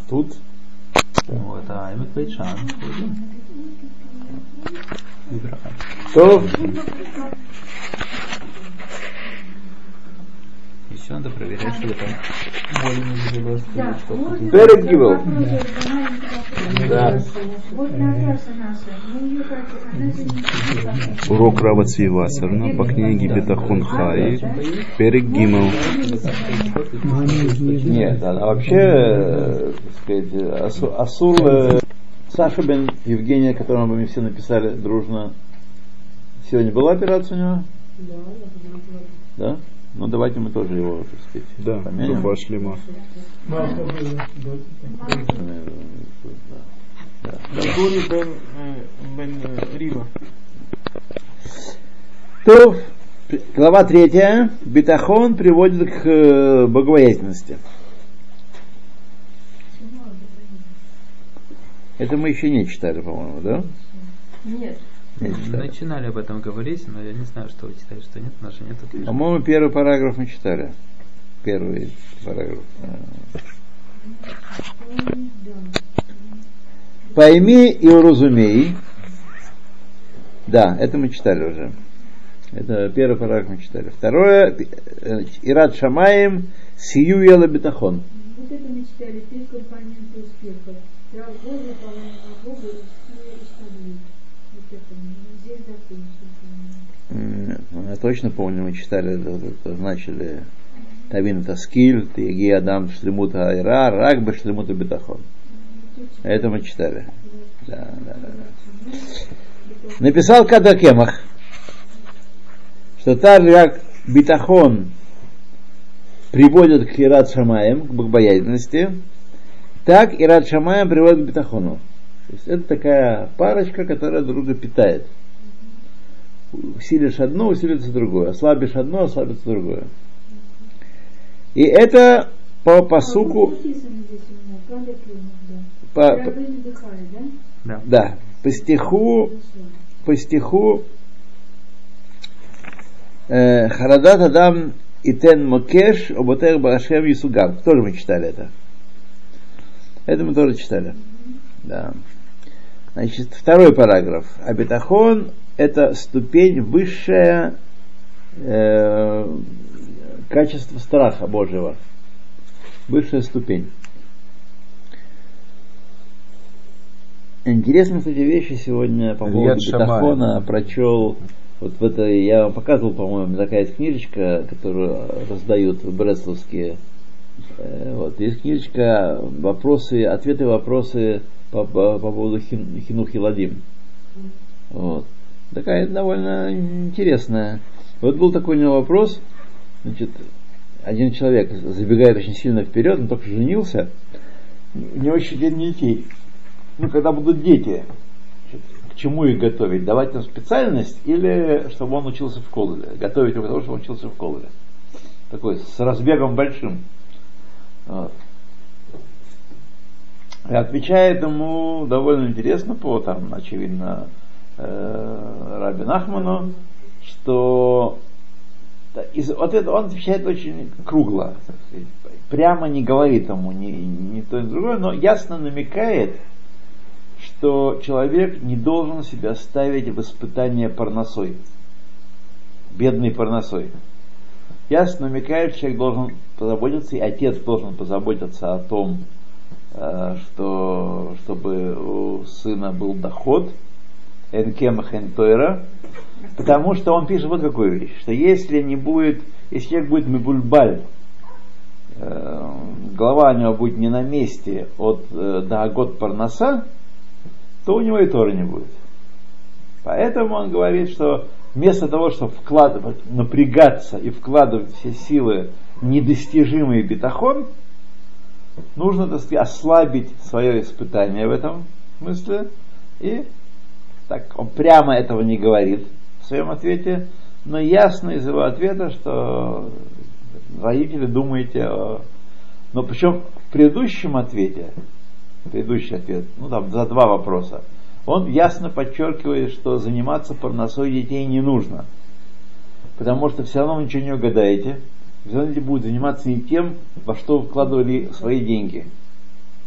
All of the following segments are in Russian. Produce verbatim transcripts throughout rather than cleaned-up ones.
тут. Вот, а Эмет Бейт-Шан. То. Еще надо проверять, что там более не забылось. Перед Гимел. Да. Урок Рава Цви Вассерна по книге Бетахон Хай. Перед Гимел. Нет, а вообще, так сказать, Асур Саша бен Евгения, которому мы все написали дружно. Сегодня была операция у него? Да. Да? Ну давайте мы тоже его, так сказать, да, помянем. Дуба шлема. Гури бен, бен Рива. То, глава третья. Бетахон приводит к богобоязненности. Это мы еще не читали, по-моему, да? Нет. Мы начинали об этом говорить, но я не знаю, что вы читаете, что нет, наши нет. По-моему, первый параграф мы читали. Первый параграф. Пойми и уразумей. Да, это мы читали уже. Это первый параграф мы читали. Второе. Ират Шамаем сию ела бетахон. Вот это мы читали, три компонента успеха. Страх Бога, упование на Бога и стабильность. Нет, ну, я точно помню, мы читали, начали Тавин Таскиль, Тиги Адам Шлемута Айра, Рагба Шлемута Бетахон. Это мы читали. Да, да, да. Написал Кадакемах, что так как Бетахон приводит к Ират Шамаем, к богобоязненности, так Ират Шамаем приводит к Бетахону. То есть это такая парочка, которая друг друга питает. Усилишь одно, усилится другое. Ослабишь одно, ослабится другое. И это по посуку... По, по, да. да, по стиху, по стиху э, Харадат Адам Итен Мокеш Оботех Башем Юсугам. Тоже мы читали это. Это мы тоже читали. Да. Значит, второй параграф. А бетахон — это ступень высшее э, качество страха Божьего. Высшая ступень. Интересные, кстати, вещи сегодня по поводу бетахона прочел. Вот в этой, я вам показывал, по-моему, такая есть книжечка, которую раздают бресловские. Э, вот, есть книжечка «Вопросы, ответы, вопросы по, по, по поводу хин, Хинух Иладим». Вот. Такая довольно интересная. Вот был такой у него вопрос. Значит, один человек забегает очень сильно вперед, он только женился. У него еще нет детей. Ну, когда будут дети, к чему их готовить? Давать им специальность или чтобы он учился в колледже? Готовить его для того, чтобы он учился в колледже. Такой, с разбегом большим. Вот. И отвечает ему довольно интересно по, там, очевидно, э, Раби Нахману, что из, вот это он отвечает очень кругло, так сказать, прямо не говорит ему ни, ни то, ни другое, но ясно намекает, что человек не должен себя ставить в испытание парносой, бедной парносой. Ясно намекает, что человек должен позаботиться, и отец должен позаботиться о том, что, чтобы у сына был доход, энкемах энтойра, потому что он пишет вот какую вещь, что если не будет, если человек будет мебульбаль, голова у него будет не на месте от даагот парноса, то у него и Торы не будет. Поэтому он говорит, что вместо того, чтобы вкладывать, напрягаться и вкладывать все силы в недостижимый бетахон, нужно, так сказать, ослабить свое испытание в этом смысле. И так он прямо этого не говорит в своем ответе, но ясно из его ответа, что родители думаете о... Но причем в предыдущем ответе, предыдущий ответ, ну там за два вопроса, он ясно подчеркивает, что заниматься парносой детей не нужно. Потому что все равно вы ничего не угадаете. Все равно люди будут заниматься не тем, во что вкладывали свои деньги.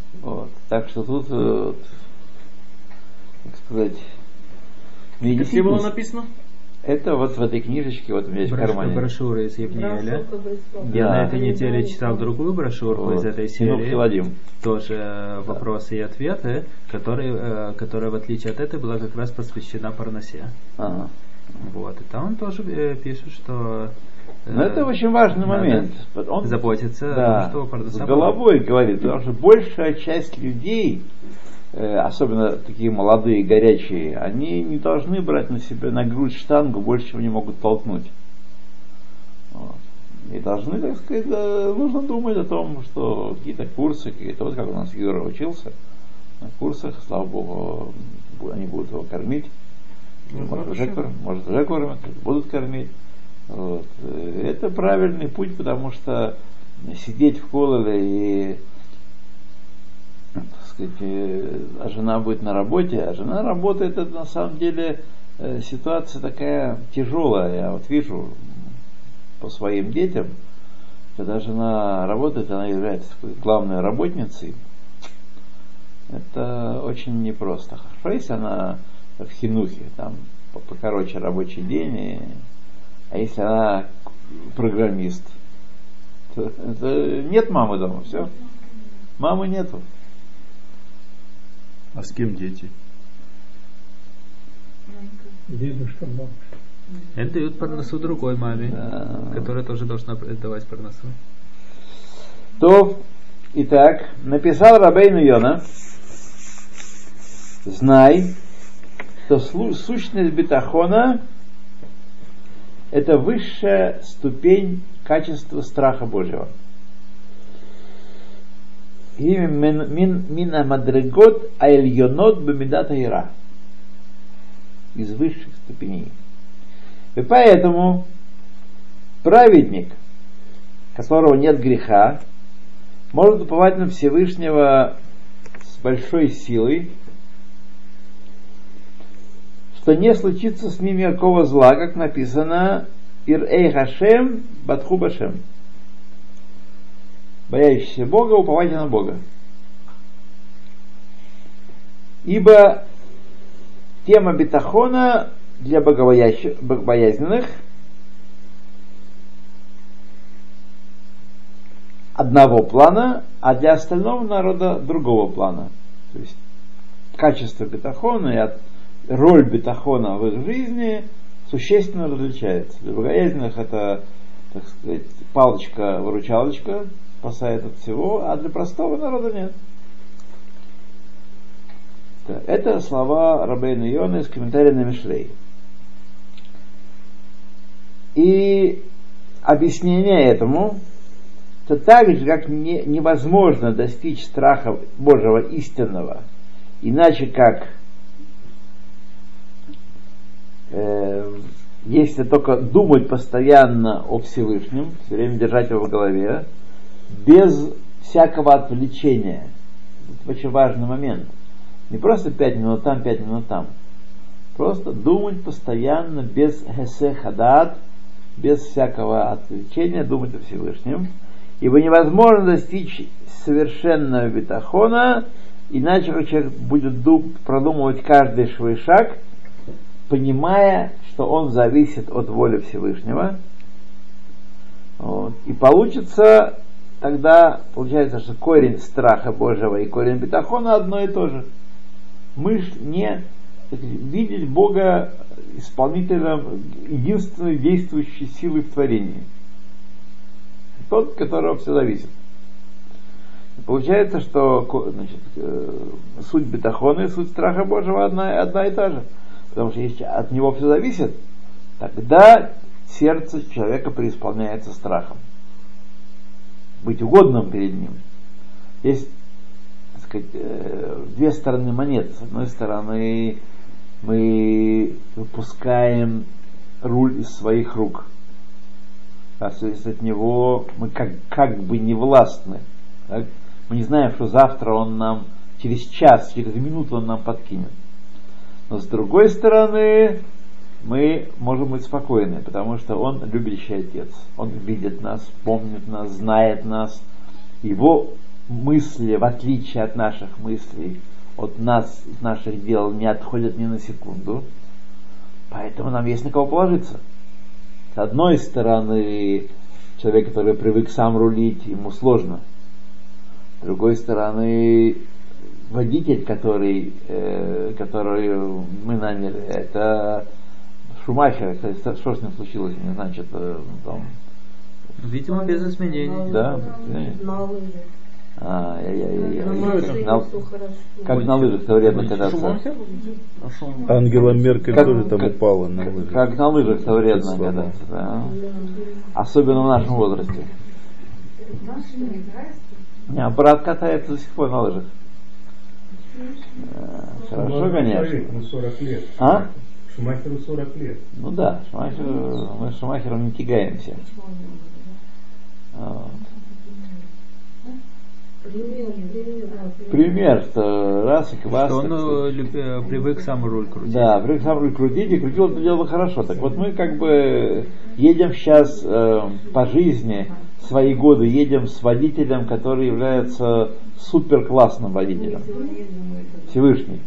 Вот. Так что тут, вот, так сказать, где было написано? Это вот в этой книжечке, вот у меня есть в кармане. Брошюра из Евнеля. Да. Я на этой неделе читал другую брошюрку вот. Из этой серии. Вадим. Тоже да. Вопросы и ответы, которые, которая в отличие от этой была как раз посвящена Парнасе. Ага. Вот. И там он тоже пишет, что но это очень важный момент. Он заботится да, о том, что Парнаса с головой говорит, потому что большая часть людей, особенно такие молодые, горячие, они не должны брать на себя на грудь штангу больше, чем они могут толкнуть. Вот. И должны, так сказать, нужно думать о том, что какие-то курсы, какие-то, вот как у нас Юра учился, на курсах, слава Богу, они будут его кормить. Может, уже, может, уже кормят, будут кормить. Вот. Это правильный путь, потому что сидеть в колледже и, так сказать, а жена будет на работе, а жена работает, это на самом деле ситуация такая тяжелая. Я вот вижу по своим детям, когда жена работает, она является такой главной работницей. Это очень непросто. Хорошо, если она в хинухе, там покороче рабочий день, и, а если она программист, то это нет мамы дома, все. Мамы нету. А с кем дети? Дедушка, бабушка. Это дают парносу другой маме, да. Которая тоже должна давать парносу. То, итак, написал Рабейну Йона: знай, что сущность битахона — это высшая ступень качества страха Божьего. Мин амадрегот айльонот бемидат аира, из высших ступеней. И поэтому праведник, которого нет греха, может уповать на Всевышнего с большой силой, что не случится с ним никакого зла, как написано «Ир-эй Хашем батху башем». Боящийся Бога, уповайте на Бога. Ибо тема битахона для богобоязненных одного плана, а для остального народа другого плана. То есть качество битахона и от роль битахона в их жизни существенно различается. Для богобоязненных это, так сказать, палочка-выручалочка, спасает от всего, а для простого народа нет. Это слова Рабейну Йоны из комментария на Мишлей. И объяснение этому, что так же, как не, невозможно достичь страха Божьего истинного, иначе как э, если только думать постоянно о Всевышнем, все время держать его в голове, без всякого отвлечения. Это очень важный момент. Не просто пять минут там, пять минут там. Просто думать постоянно, без хесех хадат, без всякого отвлечения, думать о Всевышнем. Ибо невозможно достичь совершенного битахона, иначе как человек будет дум, продумывать каждый свой шаг, понимая, что он зависит от воли Всевышнего. Вот. И получится тогда, получается, что корень страха Божьего и корень битахона одно и то же. Мы ж не видеть Бога исполнителем единственной действующей силы в творении. Тот, от которого все зависит. И получается, что значит, суть битахона и суть страха Божьего одна, одна и та же. Потому что если от него все зависит, тогда сердце человека преисполняется страхом. Быть угодным перед ним. Есть, так сказать, две стороны монеты. С одной стороны, мы выпускаем руль из своих рук. А то есть от него мы как, как бы не властны. Так? Мы не знаем, что завтра он нам, через час, через минуту он нам подкинет. Но с другой стороны, мы можем быть спокойны, потому что он любящий отец. Он видит нас, помнит нас, знает нас. Его мысли, в отличие от наших мыслей, от нас, от наших дел, не отходят ни на секунду. Поэтому нам есть на кого положиться. С одной стороны, человек, который привык сам рулить, ему сложно. С другой стороны, водитель, который, э, который мы наняли, это Шумахер. Что с ним случилось? Не знаю, что-то там... Видимо, без изменений. Да? На лыжах. А, я, я, я, я. На лыжах На, все хорошо. как на лыжах то вредно кататься. Шумахер? Ангела Меркель Как- тоже там как- упала на лыжах. Как на лыжах то вредно Слава. кататься, да. Особенно в нашем возрасте. Не, а брат катается до сих пор на лыжах. Э, Хорошо, конечно. Ему сорок лет. А? Шумахеру сорок лет. Ну да, Шумахер, мы с Шумахером не тягаемся. Вот. Пример, что раз и квас. Что он так сказать. э, люб- э, привык сам руль крутить. Да, привык сам руль крутить, и крутил это дело хорошо. Так вот мы как бы едем сейчас э, по жизни, свои годы едем с водителем, который является супер классным водителем. Всевышний.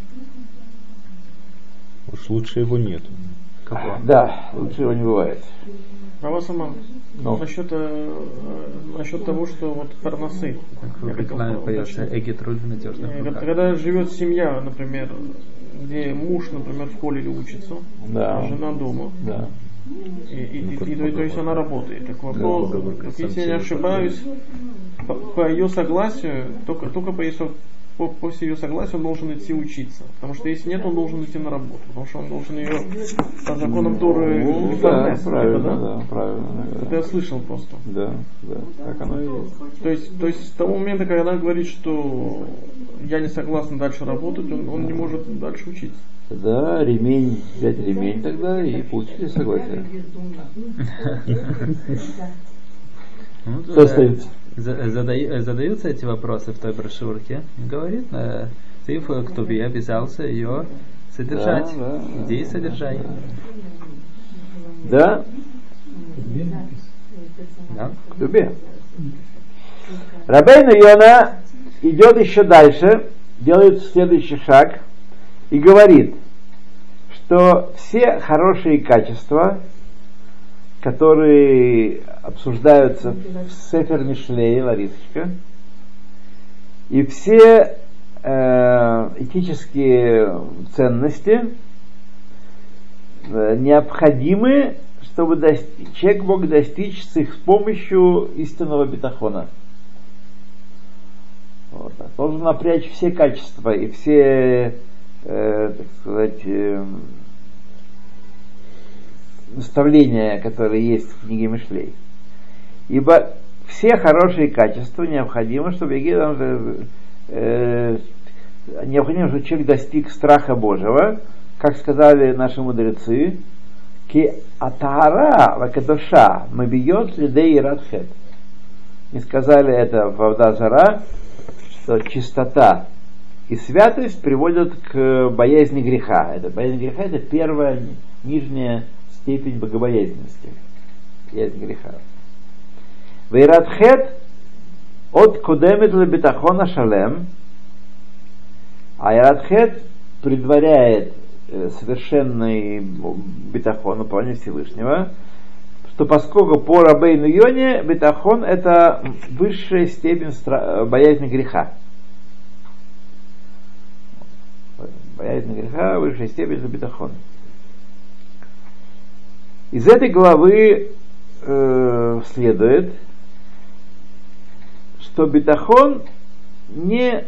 Уж лучше его нету. Какого? Да, лучше его не бывает. Рава Саман, Ну. насчет, э, насчет того, что вот парносы. Я Как хотел нами поется уточнить. Эгет руль в надежных Э, руках. Когда живет семья, например, где муж, например, в колледже учится, Да. а жена дома, Да. и, и- Ну, и- как и- то, то есть она работает. Так вопрос, Да, как сам если я не себе ошибаюсь, по, по ее согласию, только, только по, ее, со- по- после ее согласия он должен идти учиться. Потому что если нет, он должен идти на работу. Потому что он должен ее по законам Торы Ну, да, выполнять. правильно, Типа, да, правильно. Это Да, я слышал просто. да, да, так оно и есть. То есть, то есть с того момента, когда она говорит, что я не согласна дальше работать, он, он не может дальше учиться. Да, ремень, взять ремень тогда и получите согласие. Ну, Что да, остается? за- задай- задаются эти вопросы в той брошюрке. Говорит, э, ты в Ктубе обязался ее содержать. Да, да, да. Иди и содержай. Да, Да? к тебе. Рабейну Йона идет еще дальше, делает следующий шаг и говорит, что все хорошие качества, которые обсуждаются в Сефер Мишлей, Ларисочка, и все э, этические ценности э, необходимы, чтобы достичь, человек мог достичь с их помощью истинного битахона. Вот. Должен напрячь все качества и все, э, так сказать, э, наставления, которые есть в книге Мишлей. Ибо все хорошие качества необходимы, чтобы э, необходимо, чтобы человек достиг страха Божьего, как сказали наши мудрецы, ки атара вакадоша мабиот лидей радхет. И сказали это в Авдазара, что чистота и святость приводят к боязни греха. Это боязнь греха — это первая нижняя степень богобоязненности. Боязнь греха. Вейратхет от кудемет лебитахона шалем, а Иратхет предваряет совершенный битахон, упование Всевышнего, что поскольку по Рабейну Йоне битахон — это высшая степень стра- боязни греха. Боязнь греха — высшая степень это битахон. Из этой главы э, следует, что битахон не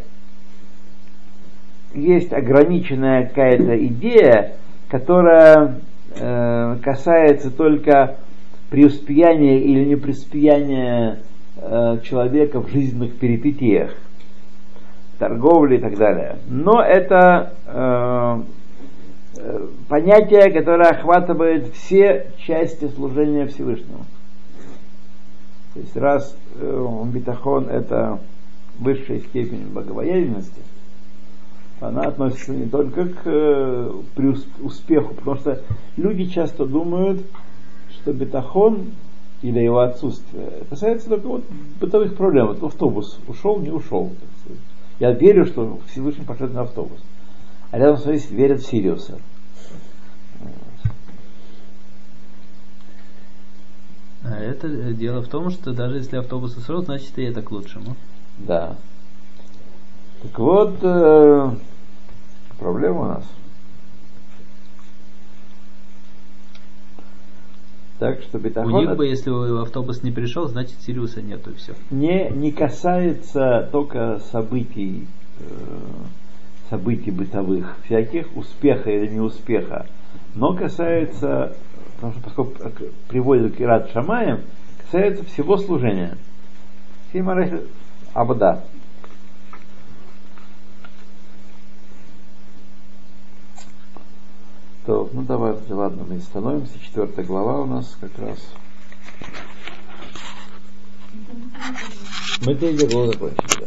есть ограниченная какая-то идея, которая э, касается только преуспеяния или непреуспеяния э, человека в жизненных перипетиях, торговли и так далее. Но это э, э, понятие, которое охватывает все части служения Всевышнему. То есть раз э, битахон — это высшая степень богобоязненности, она относится не только к э, успеху, потому что люди часто думают, что битахон или его отсутствие. Это касается только вот бытовых проблем. Вот автобус ушел, не ушел. Я верю, что Всевышний пошлет на автобус. А рядом с вами верят в Сириуса. А это дело в том, что даже если автобус ушел, значит и это к лучшему. Да. Так вот, э, проблема у нас. Так что битахон... У них бы, если автобус не пришел, значит Сириуса нету, и все. Не, не касается только событий, э, событий бытовых, всяких, успеха или неуспеха, но касается, потому что поскольку приводит к Ират Шамаем, касается всего служения. Фимарах Абада. То, ну давайте, ладно, мы становимся. Четвертая глава у нас как раз. Мы третью главу закончили.